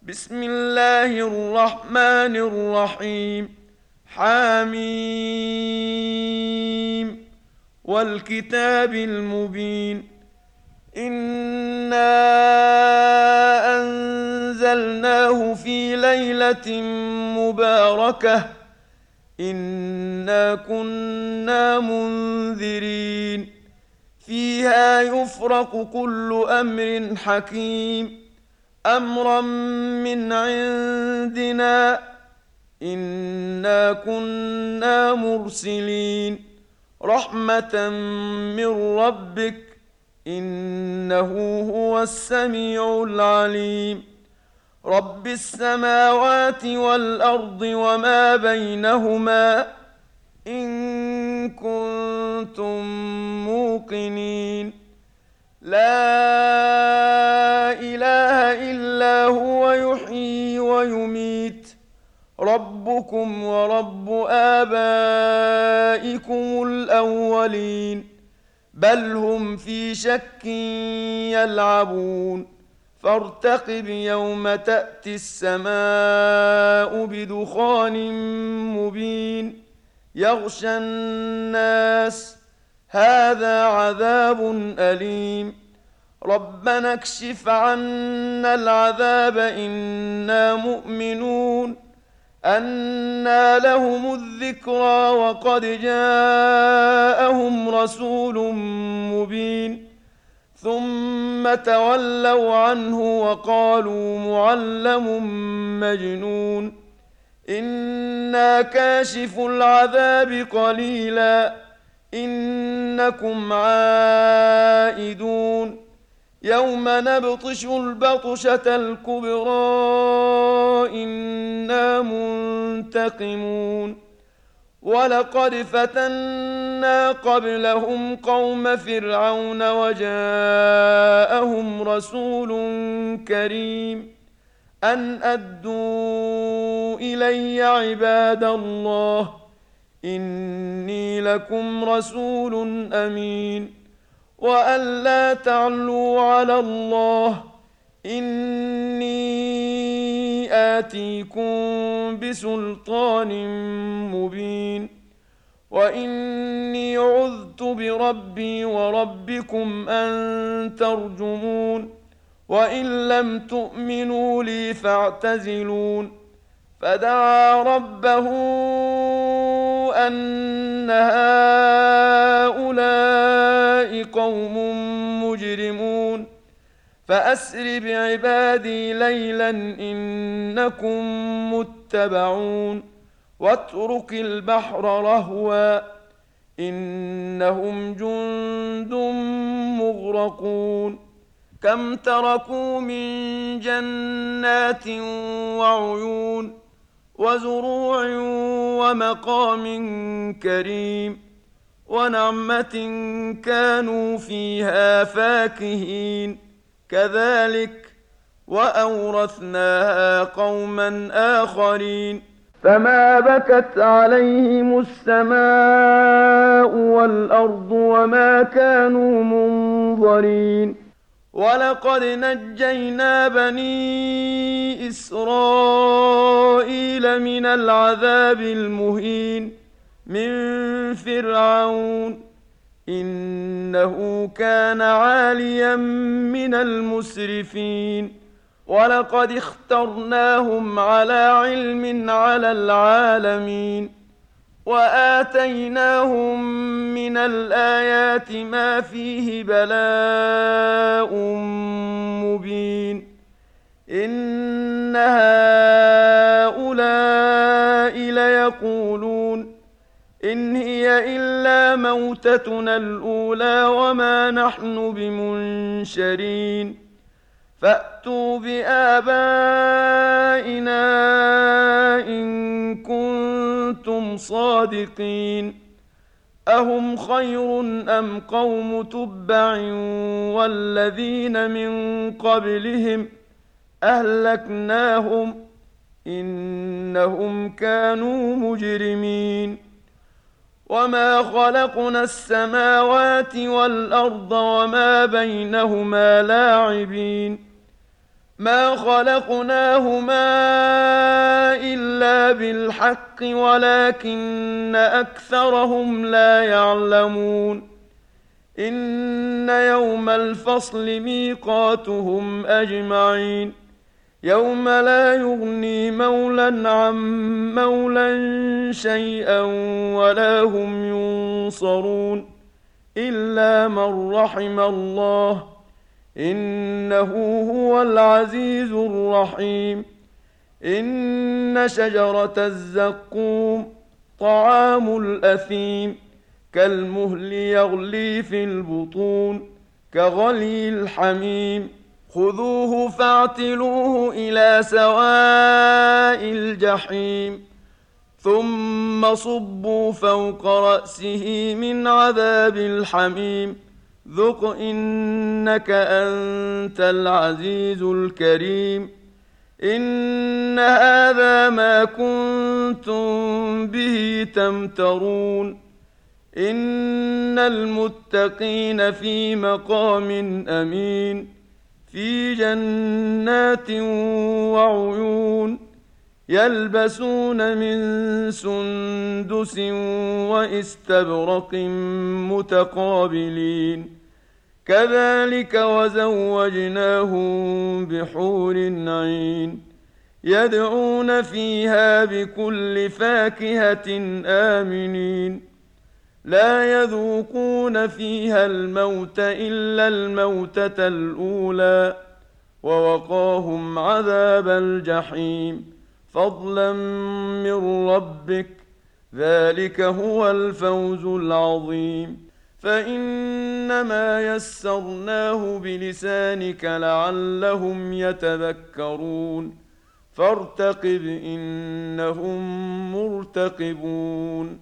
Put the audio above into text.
بسم الله الرحمن الرحيم. حميم والكتاب المبين. إنا أنزلناه في ليلة مباركة إنا كنا منذرين فيها يفرق كل أمر حكيم أمرا من عندنا إنا كنا مرسلين رحمة من ربك إنه هو السميع العليم رب السماوات والأرض وما بينهما إن كنتم موقنين لا إله إلا هو يحيي ويميت ربكم ورب آبائكم الأولين بل هم في شك يلعبون فارتقب يوم تأتي السماء بدخان مبين يغشى الناس هذا عذاب أليم ربنا اكشف عنا العذاب إنا مؤمنون أنى لهم الذكرى وقد جاءهم رسول مبين ثم تولوا عنه وقالوا معلم مجنون إنا كاشف العذاب قليلا إنكم عائدون يوم نبطش البطشة الكبرى إنا منتقمون ولقد فتنا قبلهم قوم فرعون وجاءهم رسول كريم أن أدوا إلي عباد الله إني لكم رسول أمين وأن لا تعلوا على الله إني آتيكم بسلطان مبين وإني عذت بربي وربكم أن ترجمون وإن لم تؤمنوا لي فاعتزلون فدعا ربه أن هؤلاء قوم مجرمون فأسر بعبادي ليلا إنكم متبعون واترك البحر رهوا إنهم جند مغرقون كم تركوا من جنات وعيون وزروع ومقام كريم ونعمة كانوا فيها فاكهين كذلك وأورثناها قوما آخرين فما بكت عليهم السماء والأرض وما كانوا منظرين ولقد نجينا بني إسرائيل من العذاب المهين من فرعون إنه كان عاليا من المسرفين ولقد اخترناهم على علم على العالمين وآتيناهم من الآيات ما فيه بلاء مبين إن هؤلاء ليقولون إن هي إلا موتتنا الأولى وما نحن بمنشرين فأتوا بآبائنا إن كنتم صادقين أهم خير أم قوم تبع والذين من قبلهم أهلكناهم إنهم كانوا مجرمين وما خلقنا السماوات والأرض وما بينهما لاعبين ما خلقناهما إلا بالحق ولكن أكثرهم لا يعلمون إن يوم الفصل ميقاتهم أجمعين يوم لا يغني مولى عن مولى شيئا ولا هم ينصرون إلا من رحم الله إنه هو العزيز الرحيم إن شجرة الزقوم طعام الأثيم كالمهل يغلي في البطون كغلي الحميم خذوه فاعتلوه إلى سواء الجحيم ثم صبوا فوق رأسه من عذاب الحميم ذق إنك أنت العزيز الكريم إن هذا ما كنتم به تمترون إن المتقين في مقام أمين في جنات وعيون يلبسون من سندس واستبرق متقابلين كذلك وزوجناهم بحور عين يدعون فيها بكل فاكهة آمنين لا يذوقون فيها الموت إلا الموتة الأولى ووقاهم عذاب الجحيم فضلا من ربك ذلك هو الفوز العظيم فإنما يسرناه بلسانك لعلهم يتذكرون فارتقب إنهم مرتقبون